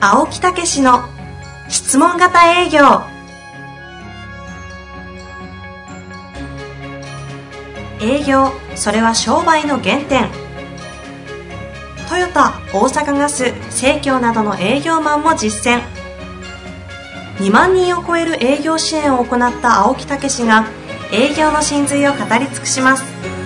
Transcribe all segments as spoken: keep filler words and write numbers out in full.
青木武氏の質問型営業。営業、それは商売の原点。トヨタ、大阪ガス、生協などの営業マンも実践。にまんにんを超える営業支援を行った青木武氏が営業の真髄を語り尽くします。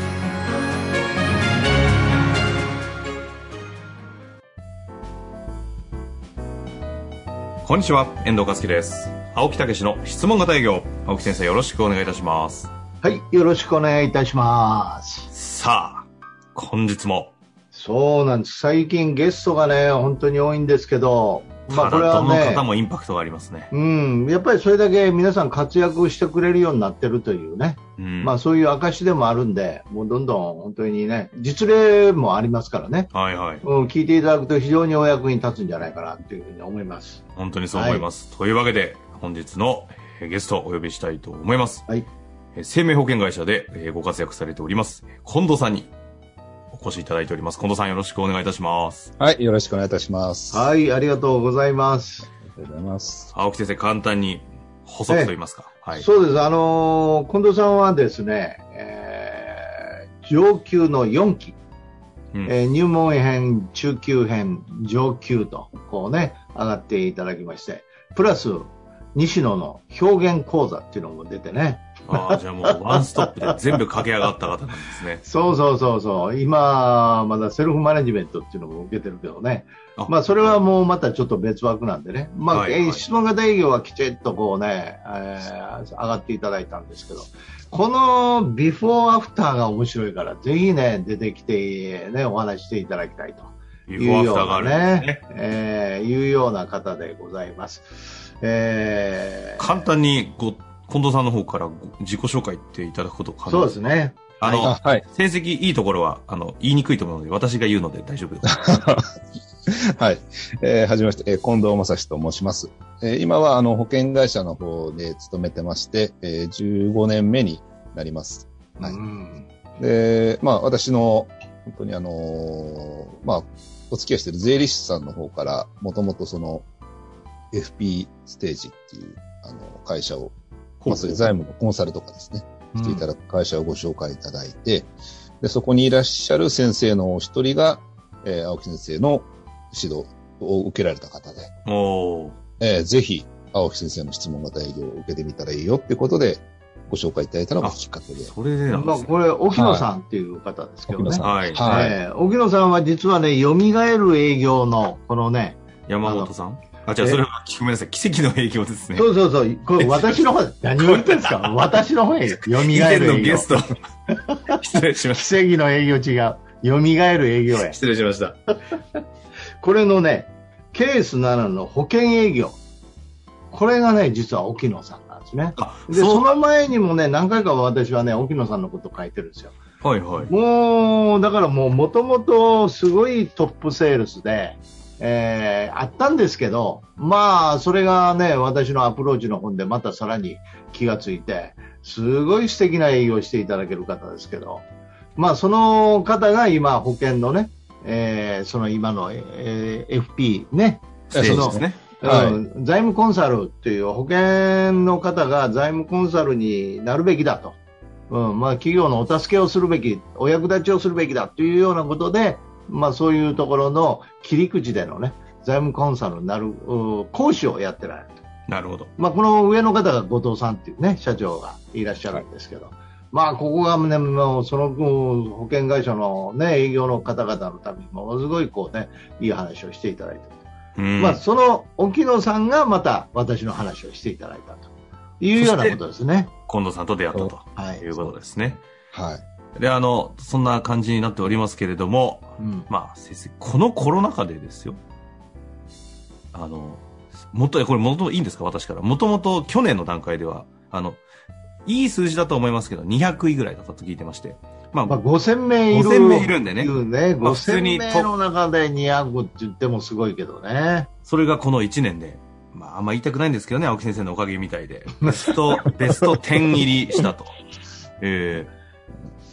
こんにちは、遠藤和樹です。青木武の質問型営業。青木先生、よろしくお願いいたします。 はい、よろしくお願いいたします。 さあ、本日も。 そうなんです。最近ゲストがね、本当に多いんですけど、 まあこれはね、どの方もインパクトがありますね。 うん、やっぱりそれだけ皆さん活躍してくれるようになってるというね、うん、まあそういう証でもあるんで、もうどんどん本当にね、実例もありますからね、 はいはい、 うん、聞いていただくと非常にお役に立つんじゃないかなというふうに思います。 本当にそう思います。はい、というわけで、本日のゲストをお呼びしたいと思います。 はい、 生命保険会社でご活躍されております近藤さんにお越しいただいております。近藤さん、よろしくお願いいたします。 はい、よろしくお願いいたします。 はい、ありがとうございます。 ありがとうございます。 青木先生、簡単に補足と言いますか。 はい、そうです。あのー、近藤さんはですね、えー、上級のよんき、うん、えー、入門編、中級編、上級とこうね上がっていただきまして、プラス西野の表現講座っていうのも出てね。 ああ、じゃあもうワンストップで全部駆け上がった方なんですね。 そうそうそうそう。今まだセルフマネジメントっていうのも受けてるけどね。あ、まあそれはもうまたちょっと別枠なんでね。まあ、はいはい、質問型営業はきちっとこうね、えー、上がっていただいたんですけど、このビフォーアフターが面白いからぜひね出てきてねお話していただきたいというようなね、えー、いうような方でございます。えー、 簡単にご近藤さんの方から自己紹介っていただくこと可能ですか？ そうですね。 あの、はい、成績いいところはあの言いにくいと思うので私が言うので大丈夫です。 はい。えー、はじめまして、えー、近藤正史と申します。えー、今はあの保険会社の方で勤めてまして、えー、じゅうごねんめになります。はい。うん、で、まあ私の本当にあのー、まあお付き合いしている税理士さんの方からもともとその エフピー ステージっていうあの会社をまあ、そういう財務のコンサルとかですね、していただく会社をご紹介いただいて、でそこにいらっしゃる先生のお一人が、えー、青木先生の指導を受けられた方で、 おえー、ぜひ青木先生の質問型営業を受けてみたらいいよってことでご紹介いただいたのがきっかけで。 それでなんですね。 まあ、これ、沖野さんっていう方ですけどね。 はい。 はいえー、沖野さんは実はね、蘇る営業の、このね、 山本さんあ、じゃあそれは、ごめんなさい、奇跡の営業ですね。 そうそうそう。これ私の方、何を言ってんですか私の方へ、蘇る営業。 のゲスト。失礼しました。 奇跡の営業違う。蘇る営業や。 失礼しました。 これのね、ケースななの保険営業。これがね、実は沖野さんなんですね。で、その前にもね、何回か私はね、沖野さんのこと書いてるんですよ。 はいはい。 もう、だからもう、もともとすごいトップセールスで、えー、あったんですけど、まあそれがね私のアプローチの本でまたさらに気がついてすごい素敵な営業をしていただける方ですけど、まあその方が今保険のね、えー、その今の、えー、エフピー ね、 そのですね、 はい、財務コンサルっていう保険の方が財務コンサルになるべきだと、うんまあ、企業のお助けをするべきお役立ちをするべきだというようなことでまあ、そういうところの切り口でのね財務コンサルになる講師をやってられると。 なるほど。 まあ、この上の方が後藤さんっていうね社長がいらっしゃるんですけど、はい、まあここがねもうその保険会社のね営業の方々のためにものすごいこうねいい話をしていただいている。まあその沖野さんがまた私の話をしていただいたというようなことですね。 近藤さんと出会ったと、はい、いうことですね。 はい。 で、あの、そんな感じになっておりますけれども、うん、まあ、先生、このコロナ禍でですよ。あの、もと、これもともといいんですか私から。もともと去年の段階では、あの、いい数字だと思いますけど、にひゃくいぐらいだったと聞いてまして。まあ、 まあ、ごせんめいいる。 ごせんめいいるんでね。 ねごせんめいの中でにひゃくって言ってもすごいけどね。 それがこのいちねんで、まあ、あんま言いたくないんですけどね、青木先生のおかげみたいで。ベスト、ベストじゅう入りしたと。えー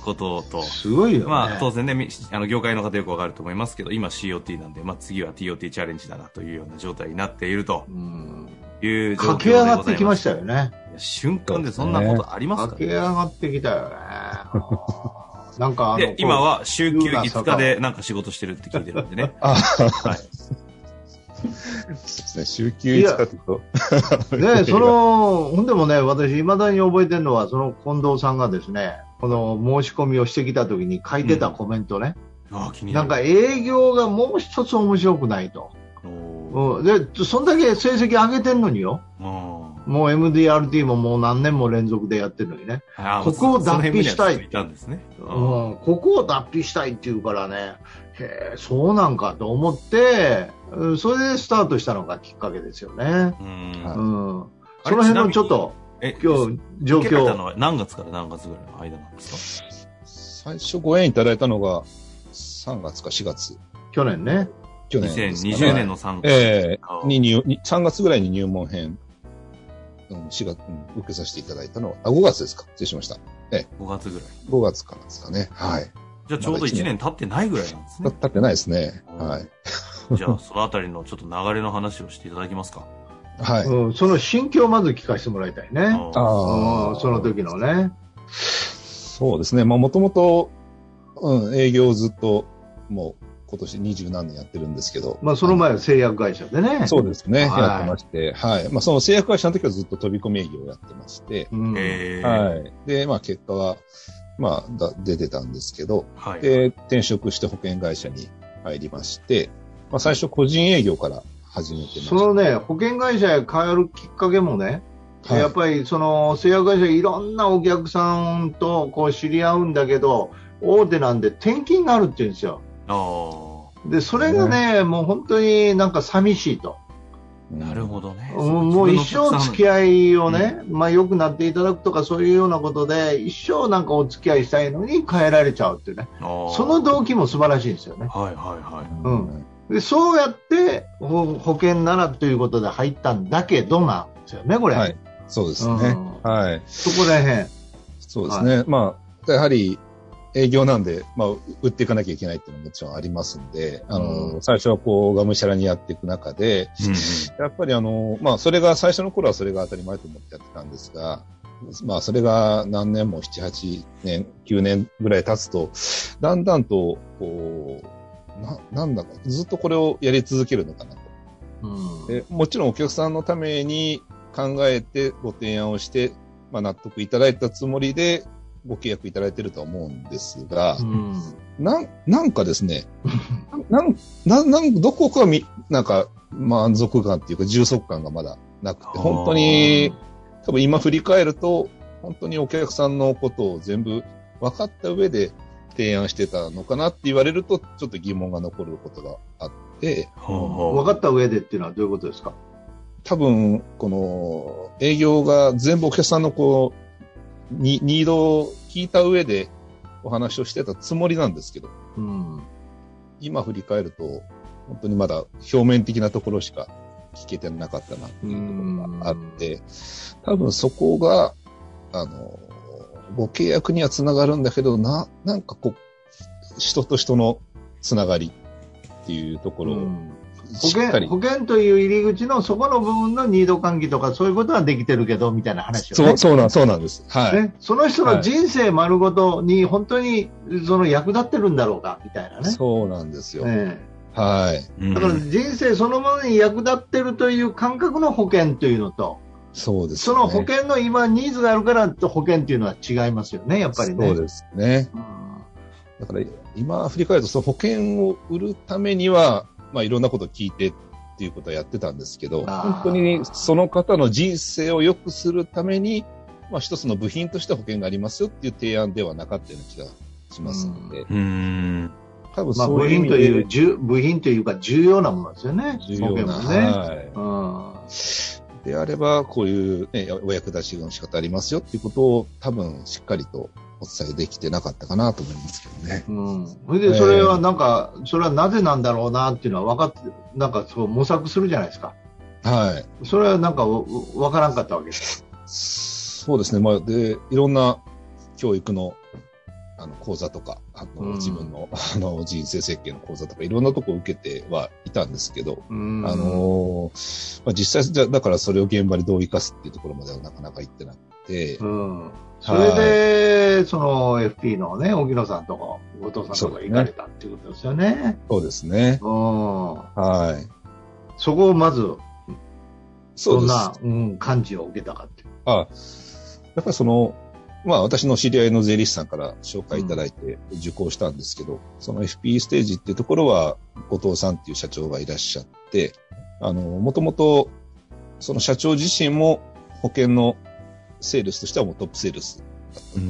ことと、 すごいよね。 まあ当然ね、あの業界の方よくわかると思いますけど、今 シーオーティー なんで、まあ次は ティーオーティー チャレンジだなというような状態になっているという状況でございます。 駆け上がってきましたよね。 瞬間でそんなことありますかね。 駆け上がってきたよね。なんかあので、今は週休いつかでなんか仕事してるって聞いてるんでね。 あはい。 そうですね、週休いつかってと。 ね、その、ほんでもね、私、未だに覚えてるのは、その近藤さんがですね、この申し込みをしてきたときに書いてたコメントね、 うん、あ気になる。 なんか営業がもう一つ面白くないと。うん、で、そんだけ成績上げてんのによ。もう エムディーアールティー ももう何年も連続でやってるのにね。ここを脱皮したい。 たんですね、 うん。ここを脱皮したいって言うからね、へそうなんかと思って、それでスタートしたのがきっかけですよね。うん。うん、その辺のちょっと、 え今日、状況。受けたのは何月から何月ぐらいの間なんですか？ 最初ご縁いただいたのがさんがつかしがつ。 去年ね。 去年、 にせんにじゅうねんのさんがつ。 ええー、に入、さんがつぐらいに入門編、うん、しがつ、うん、受けさせていただいたのは、あ、ごがつですか？失礼しました。ええ。 ごがつぐらい。 ごがつからですかね。はい。 じゃあちょうどいちねん経ってないぐらいなんですね。 経ってないですね。はい。 じゃあそのあたりのちょっその流れの話をしていただけますか？ はい、うん。その心境をまず聞かせてもらいたいね。ああ。その時のね。 そうですね。まあもともと、うん、営業をずっと、もう、今年二十何年やってるんですけど。 まあ、その前は製薬会社でね。 そうですね。はい、やってまして。はい。まあ、その製薬会社の時はずっと飛び込み営業をやってまして。うん、はい。で、まあ、結果は、まあ、だ出てたんですけど、はい、で、転職して保険会社に入りまして、まあ、最初個人営業から始めてました。 そのね、保険会社へ変わるきっかけもね、はい、やっぱりその製薬会社いろんなお客さんとこう知り合うんだけど、大手なんで転勤があるって言うんですよ。で、それがね、ね、もう本当になんか寂しいと。 なるほどね。 もう一生付き合いをね、うん、まあ良くなっていただくとかそういうようなことで、一生なんかお付き合いしたいのに変えられちゃうっていうね。その動機も素晴らしいんですよね。 はいはいはい。 うん。で、そうやって保険ならということで入ったんだけどなんですよね、これ。 はい。そうですね。うん、はい。 そこら辺。 そうですね。はい、まあ、やはり、営業なんで、まあ、売っていかなきゃいけないっていうのももちろんありますんで、あの、うん、最初はこう、がむしゃらにやっていく中で、うん、やっぱりあの、まあ、それが、最初の頃はそれが当たり前と思ってやってたんですが、まあ、それが何年もなな、はちねん、きゅうねんぐらい経つと、だんだんと、こう、な、なんだか、ずっとこれをやり続けるのかなと。うん、でもちろんお客さんのために考えてご提案をして、まあ、納得いただいたつもりで、ご契約いただいてるとは思うんですが、うん、なん、なんかですね、なん、なん、なん、どこかみ、なんか満足感っていうか充足感がまだなくて、本当に、多分今振り返ると、本当にお客さんのことを全部分かった上で提案してたのかなって言われると、ちょっと疑問が残ることがあって。 分かった上でっていうのはどういうことですか？ 多分、この営業が全部お客さんのこう、にニードを聞いた上でお話をしてたつもりなんですけど、うん、今振り返ると本当にまだ表面的なところしか聞けてなかったなっていうところがあって、多分そこがあのご契約にはつながるんだけどな、なんかこう人と人のつながりっていうところを、うん保険、保険という入り口のそこの部分のニード喚起とかそういうことはできてるけどみたいな話をね。 そう、そうなん、そうなんです。はい。 ね、その人の人生丸ごとに本当にその役立ってるんだろうかみたいなね。 そうなんですよ。ね、はい。 だから人生そのものに役立ってるという感覚の保険というのと、 そうですね。 その保険の今ニーズがあるからと保険というのは違いますよね、やっぱりね。 そうですね。うん、だから今振り返るとその保険を売るためには、まあいろんなことを聞いてっていうことはやってたんですけど、本当にその方の人生を良くするために、まあ一つの部品として保険がありますよっていう提案ではなかったような気がしますので。うん。 多分そういう意味で、まあ、部品という、部品というか重要なものですよね。 重要な。ね、はい。であれば、こういう、ね、お役立ちの仕方ありますよっていうことを多分しっかりとお伝えできてなかったかなと思いますけどね。 うん。それで、それはなんか、えー、それはなぜなんだろうなっていうのは分かって、なんかそう模索するじゃないですか。 はい。 それはなんか分からんかったわけですか。 そうですね。まあ、で、いろんな教育の、ああの、講座とか、あの、うん、自分の、あの、人生設計の講座とか、いろんなとこ受けてはいたんですけど、うん、あのー、まあ、実際、じゃ、だからそれを現場にどう生かすっていうところまではなかなか行ってなくて、うん、 それで、はい、その エフピー のね、荻野さんとか、後藤さんとか行かれたっていうことですよね。 そうですね。 うん、はい。そこをまず、どんな、うん、感じを受けたかっていう。 ああ、やっぱりその、まあ私の知り合いの税理士さんから紹介いただいて受講したんですけど、うん、その エフピー ステージっていうところは後藤さんっていう社長がいらっしゃって、あの、もともとその社長自身も保険のセールスとしてはもうトップセールスだった。うん、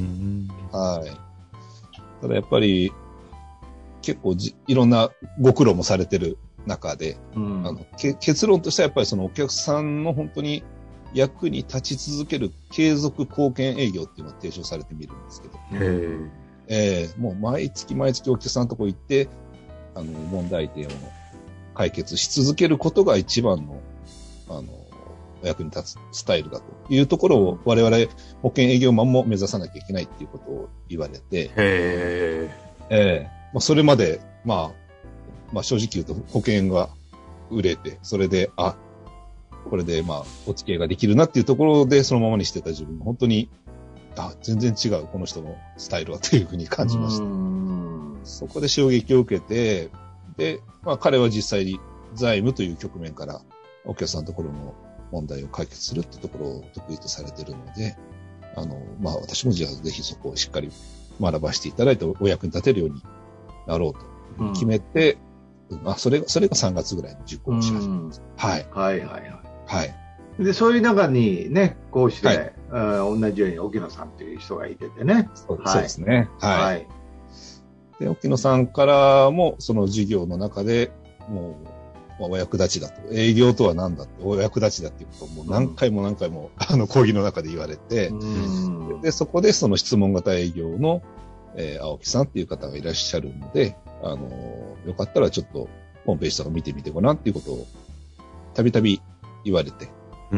はい。ただやっぱり結構じいろんなご苦労もされてる中で、うん、あのけ結論としてはやっぱりそのお客さんの本当に役に立ち続ける継続貢献営業っていうのを提唱されてみるんですけど。へえー、もう毎月毎月お客さんのとこ行って、あの、問題点を解決し続けることが一番の、あの、お役に立つスタイルだというところを我々保険営業マンも目指さなきゃいけないっていうことを言われて。へえー。えー、まあ、それまで、まあ、まあ正直言うと保険が売れて、それで、あ、これで、まあ、お付き合いができるなっていうところで、そのままにしてた自分、本当に、あ、全然違う、この人のスタイルはというふうに感じました。そこで衝撃を受けて、で、まあ、彼は実際に財務という局面から、お客さんのところの問題を解決するっていうところを得意とされているので、あの、まあ、私もじゃあぜひそこをしっかり学ばせていただいて、お役に立てるようになろうと決めて、うん、まあ、それが、それがさんがつぐらいに受講し始めました。はい。 はいはいはい。 はい。 で、そういう中にね、こうして、はい、同じように沖野さんという人がいててね。 そう、はい、そうですね。はい。はい。で、沖野さんからも、その授業の中で、もう、まあ、お役立ちだと。営業とは何だって、お役立ちだっていうことをもう何回も何回も、うん、あの、講義の中で言われて、うんで、そこでその質問型営業の、えー、青木さんっていう方がいらっしゃるので、あのー、よかったらちょっと、ホームページとか見てみてごらんっていうことを、たびたび言われて。うん。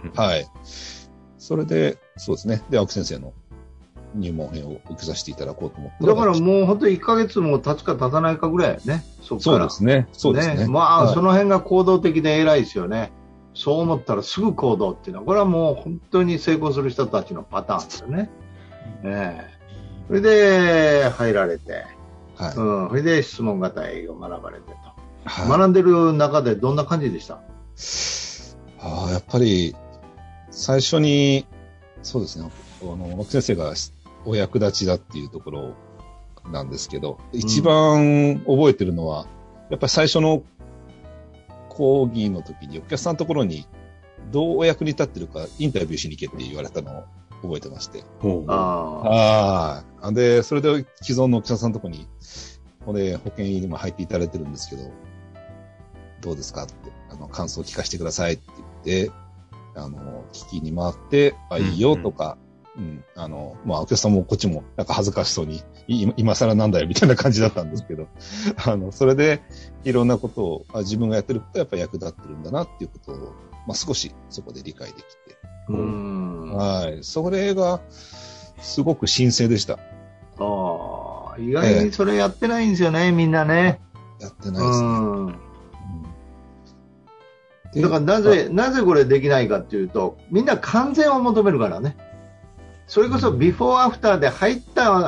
はい。それで、そうですね。で、青木先生の入門編を受けさせていただこうと思って。 だからもう本当にいっかげつも経つか経たないかぐらいね。そっから。 そうですね。そうですね。ねまあ、はい、その辺が行動的で偉いですよね。そう思ったらすぐ行動っていうのは、これはもう本当に成功する人たちのパターンですよね。ええ。それで、入られて。はい。うん。それで質問型営業を学ばれてと。はい、学んでる中でどんな感じでした？ ああ、やっぱり、最初に、そうですね、あの、青木先生がお役立ちだっていうところなんですけど、うん、一番覚えてるのは、やっぱり最初の講義の時にお客さんのところにどうお役に立ってるかインタビューしに行けって言われたのを覚えてまして。ああ。で、それで既存のお客さんのところに、これ保険に今入っていただいてるんですけど、どうですかって、あの、感想を聞かせてくださいって言って、あの、聞きに回って、あ、いいよとか、うん、うん、あの、まあ、お客さんもこっちも、なんか恥ずかしそうに、今更なんだよみたいな感じだったんですけど、あの、それで、いろんなことを、あ、自分がやってることはやっぱり役立ってるんだなっていうことを、まあ、少しそこで理解できて、うん、はい。それが、すごく神聖でした。ああ、意外にそれやってないんですよね、えー、みんなね。 やってないですね。うんだからなぜ、なぜこれできないかっていうと、みんな完全を求めるからね。それこそビフォーアフターで入った、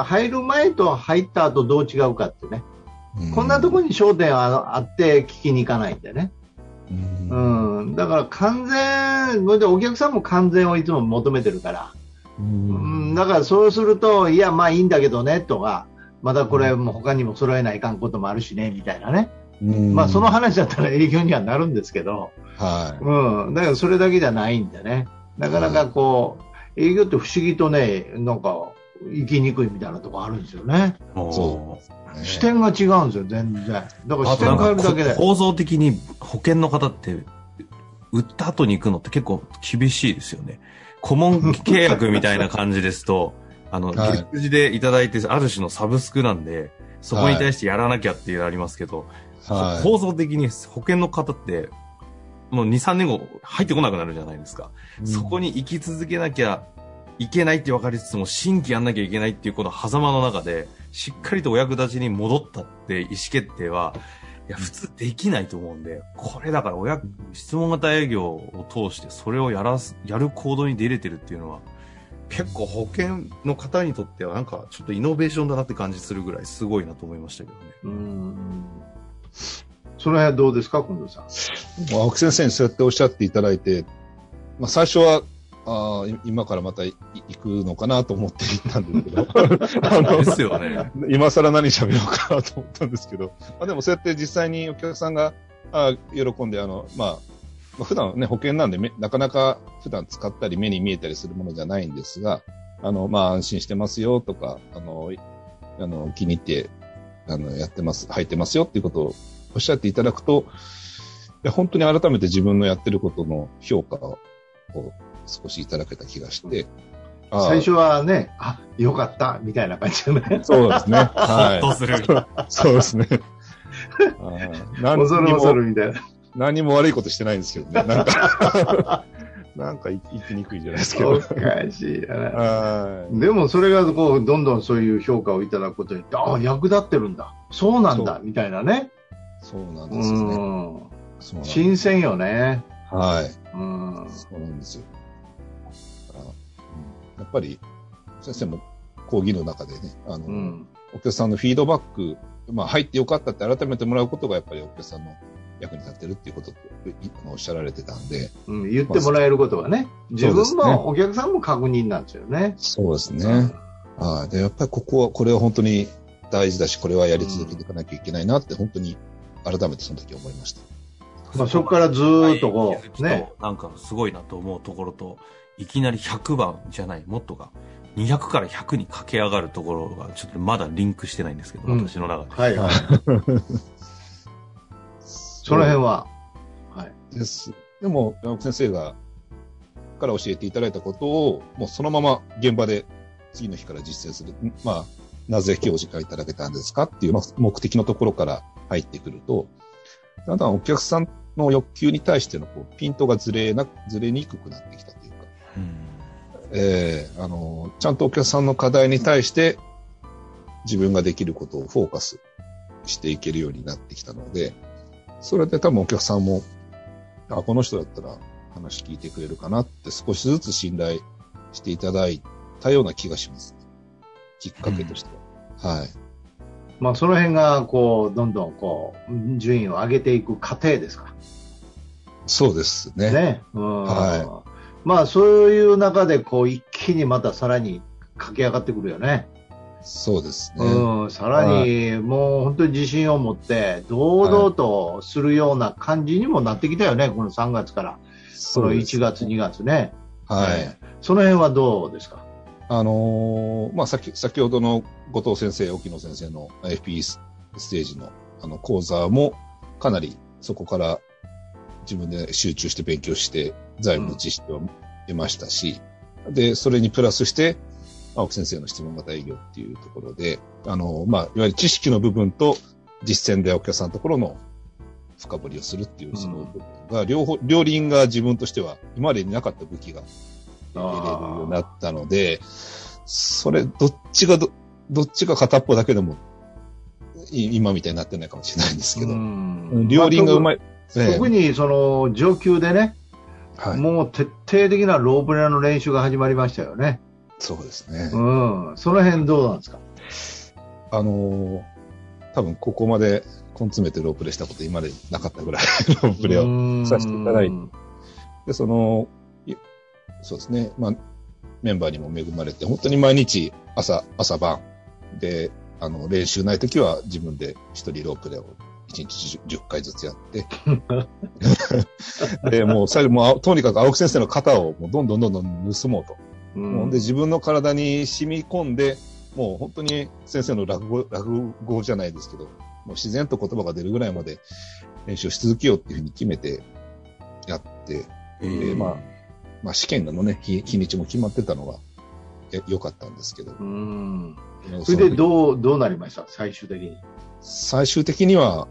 入る前と入った後どう違うかってね。うん、こんなところに焦点あって聞きに行かないんでね。うん、うん、だから完全、お客さんも完全をいつも求めてるから。うん、だからそうすると、いや、まあいいんだけどね、とか、またこれも他にも揃えないかんこともあるしね、みたいなね。うんまあその話だったら営業にはなるんですけど、はい。うん。だからそれだけじゃないんでね。なかなかこう、はい、営業って不思議とね、なんか、生きにくいみたいなとこあるんですよね。そう。視点が違うんですよ、全然。だから視点変えるだけで。 構造的に保険の方って、売った後に行くのって結構厳しいですよね。顧問契約みたいな感じですと、あの、はい、月次でいただいて、ある種のサブスクなんで、そこに対してやらなきゃっていうのありますけど、はい、構造的に保険の方ってもうに、さんねんご入ってこなくなるじゃないですか、うん、そこに生き続けなきゃいけないって分かりつつも新規やんなきゃいけないっていうこの狭間の中でしっかりとお役立ちに戻ったって意思決定はいや普通できないと思うんで、これだから親質問型営業を通してそれをやらすやる行動に出れてるっていうのは結構保険の方にとってはなんかちょっとイノベーションだなって感じするぐらいすごいなと思いましたけどね。 うん、その辺はどうですか、近藤さん。 青木先生にそうやっておっしゃっていただいて、まあ、最初はあ今からまた行くのかなと思って行ったんですけどあのですよね。 今更何喋ろうかなと思ったんですけど、まあ、でもそうやって実際にお客さんがあ喜んであの、まあ、まあ、普段ね保険なんでなかなか普段使ったり目に見えたりするものじゃないんですが、あの、まあ、安心してますよとか、あの、あの気に入ってあのやってます入ってますよっていうことをおっしゃっていただくと、いや本当に改めて自分のやってることの評価を少しいただけた気がして、 最初はね、あ、よかったみたいな感じでね。 そうですね。はい。 ほっとする。 そうですね。 恐る恐るみたいな。 何も悪いことしてないんですけどね。なんかなんか言いにくいじゃないですか。 おかしいな。でもそれがこうどんどんそういう評価をいただくことによって、ああ役立ってるんだ、そうなんだみたいなね。 そうなんですね。うん新鮮よね。 はい。うん、そうなんですよ。やっぱり先生も講義の中でね、あの、うん、お客さんのフィードバック、まあ入ってよかったって改めてもらうことがやっぱりお客さんの役に立ってるっていうことをおっしゃられてたんで、 うん、言ってもらえることがね、自分もお客さんも確認なんですよね。 そうですね。ああ、でやっぱりここはこれは本当に大事だし、これはやり続けていかなきゃいけないなって本当に改めてその時思いました。 まあ、そこからずーっとこう、ね。 なんかすごいなと思うところと、いきなりひゃくばんじゃない、もっとが、にひゃくからひゃくに駆け上がるところが、ちょっとまだリンクしてないんですけど、うん、私の中で。 はいはい。その辺は。 はい。です。でも、山本先生が、から教えていただいたことを、もうそのまま現場で次の日から実践する。まあ、なぜ今日お時間いただけたんですかっていう目的のところから入ってくると、だんだんお客さんの欲求に対してのこうピントがずれな、ずれにくくなってきたというか、うん、えー、あの、ちゃんとお客さんの課題に対して自分ができることをフォーカスしていけるようになってきたので、それで多分お客さんも、あ、この人だったら話聞いてくれるかなって少しずつ信頼していただいたような気がします。きっかけとしては。うん、はい。 まあ、その辺がこうどんどんこう順位を上げていく過程ですか。 そうですね。 ね、うん、はい。まあそういう中でこう一気にまたさらに駆け上がってくるよね。 そうですね。 うん、さらにもう本当に自信を持って堂々とするような感じにもなってきたよね。はい、このさんがつからこのいちがつにがつね。 はい。 ね、その辺はどうですか。 あのー、まあ、先、先ほどの後藤先生、沖野先生の エフピー ステージのあの講座もかなりそこから自分で集中して勉強して財務の知識を得ましたし、うん、で、それにプラスして青木先生の質問型営業っていうところで、あのー、まあ、いわゆる知識の部分と実践でお客さんのところの深掘りをするっていうその部分が両方、両輪が自分としては今までになかった武器が入れるようになったので、それ、どっちがど、どっちが片っぽだけでも、今みたいになってないかもしれないんですけど、両輪がうまい。まあ、特, 特にその上級でね、はい、もう徹底的なロープレアの練習が始まりましたよね。 そうですね。 うん。その辺どうなんですか。 あのー、多分ここまで根詰めてロープレしたこと今までなかったぐらいロープレをさせていただいて、で、その、そうですね。まあ、メンバーにも恵まれて、本当に毎日朝、朝晩で、あの、練習ないときは自分で一人ロープレを一日じゅっかいずつやって。で、もう最後、もうとにかく青木先生の型をもうどんどんどんどん盗もうと。うん、で、自分の体に染み込んで、もう本当に先生の落語、落語じゃないですけど、もう自然と言葉が出るぐらいまで練習し続けようっていうふうに決めてやって、えー、まあ、まあ試験のね、日、日にちも決まってたのが良かったんですけど。うん。 それでどう、どうなりました最終的に。 最終的には、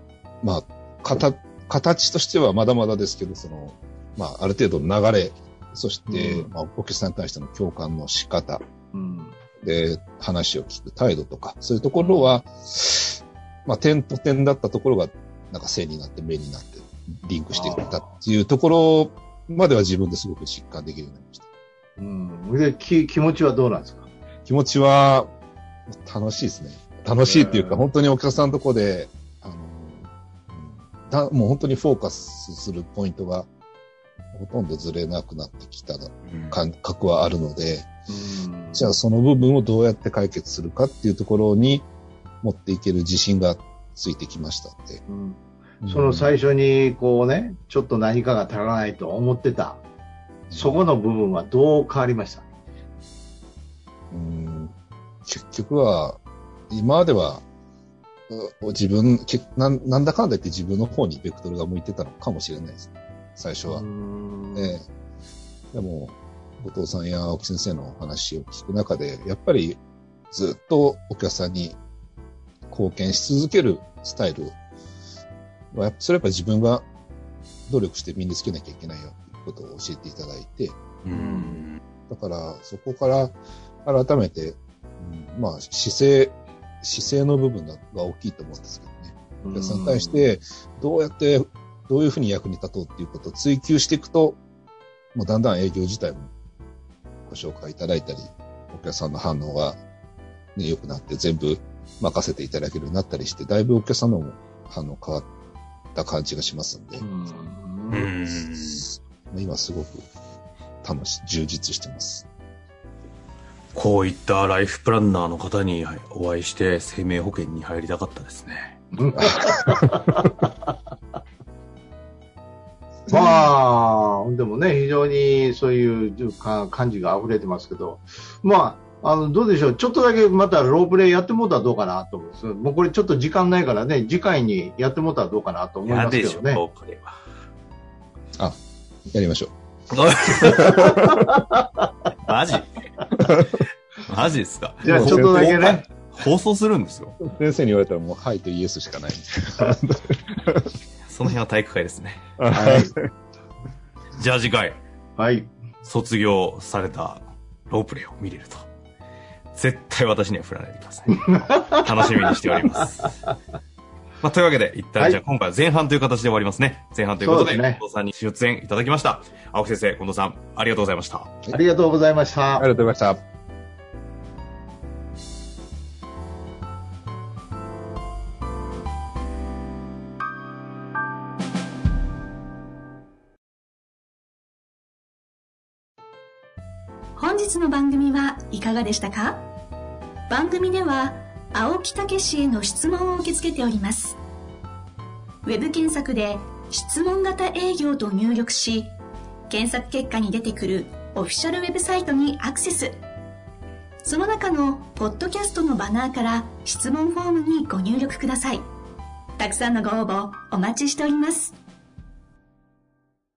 まあ、形、形としてはまだまだですけど、その、まあ、ある程度の流れそして、うん、まあ、お客さんに対しての共感の仕方、うん、で、話を聞く態度とか、そういうところは、まあ、点と点だったところが、なんか線になって目になって、リンクしていったっていうところまでは自分ですごく実感できるようになりました。 うん。で、き、気持ちはどうなんですか？ 気持ちは、楽しいですね。楽しいっていうか、本当にお客さんのとこで、あの、だもう本当にフォーカスするポイントが、ほとんどずれなくなってきた感覚はあるので、うん、じゃあその部分をどうやって解決するかっていうところに持っていける自信がついてきましたので、 うんうん、その最初にこうね、ちょっと何かが足らないと思ってた、そこの部分はどう変わりました？ うん、結局は、今までは、自分な、なんだかんだ言って自分の方にベクトルが向いてたのかもしれないですね。最初は。ええ、でも、後藤さんや青木先生のお話を聞く中で、やっぱりずっとお客さんに貢献し続けるスタイルは、それはやっぱ自分が努力して身につけなきゃいけないよということを教えていただいて、うんだからそこから改めて、うん、まあ姿勢、姿勢の部分が大きいと思うんですけどね。お客さんに対してどうやってどういうふうに役に立とうっていうことを追求していくと、もうだんだん営業自体もご紹介いただいたり、お客さんの反応が、ね、良くなって全部任せていただけるようになったりして、だいぶお客さんの反応変わった感じがしますんで、うんうん今すごく楽しい、充実してます。 こういったライフプランナーの方にお会いして生命保険に入りたかったですね。 まあ、でもね、非常にそういう感じが溢れてますけど、まあ、あの、どうでしょう、ちょっとだけまたロープレイやってもうたらどうかなと思うんです。もうこれちょっと時間ないからね、次回にやってもうたらどうかなと思いますけどね。 やでしょ、ロープレイは。 あ、やりましょう。 マジマジですか？ じゃあちょっとだけね。 放送するんですよ。 先生に言われたらもうはいとイエスしかない。 その辺は体育会ですね。 はい。 じゃあ次回。 はい。 卒業されたロープレイを見れると。絶対私には振らないでください。楽しみにしております。まあ、というわけで、一旦、はい、じゃあ今回は前半という形で終わりますね。前半ということで、ね、近藤さんに出演いただきました。青木先生、近藤さん、ありがとうございました。 ありがとうございました。 ありがとうございました。 本日の番組はいかがでしたか？番組では青木武への質問を受け付けております。ウェブ検索で質問型営業と入力し、検索結果に出てくるオフィシャルウェブサイトにアクセス。その中のポッドキャストのバナーから質問フォームにご入力ください。たくさんのご応募お待ちしております。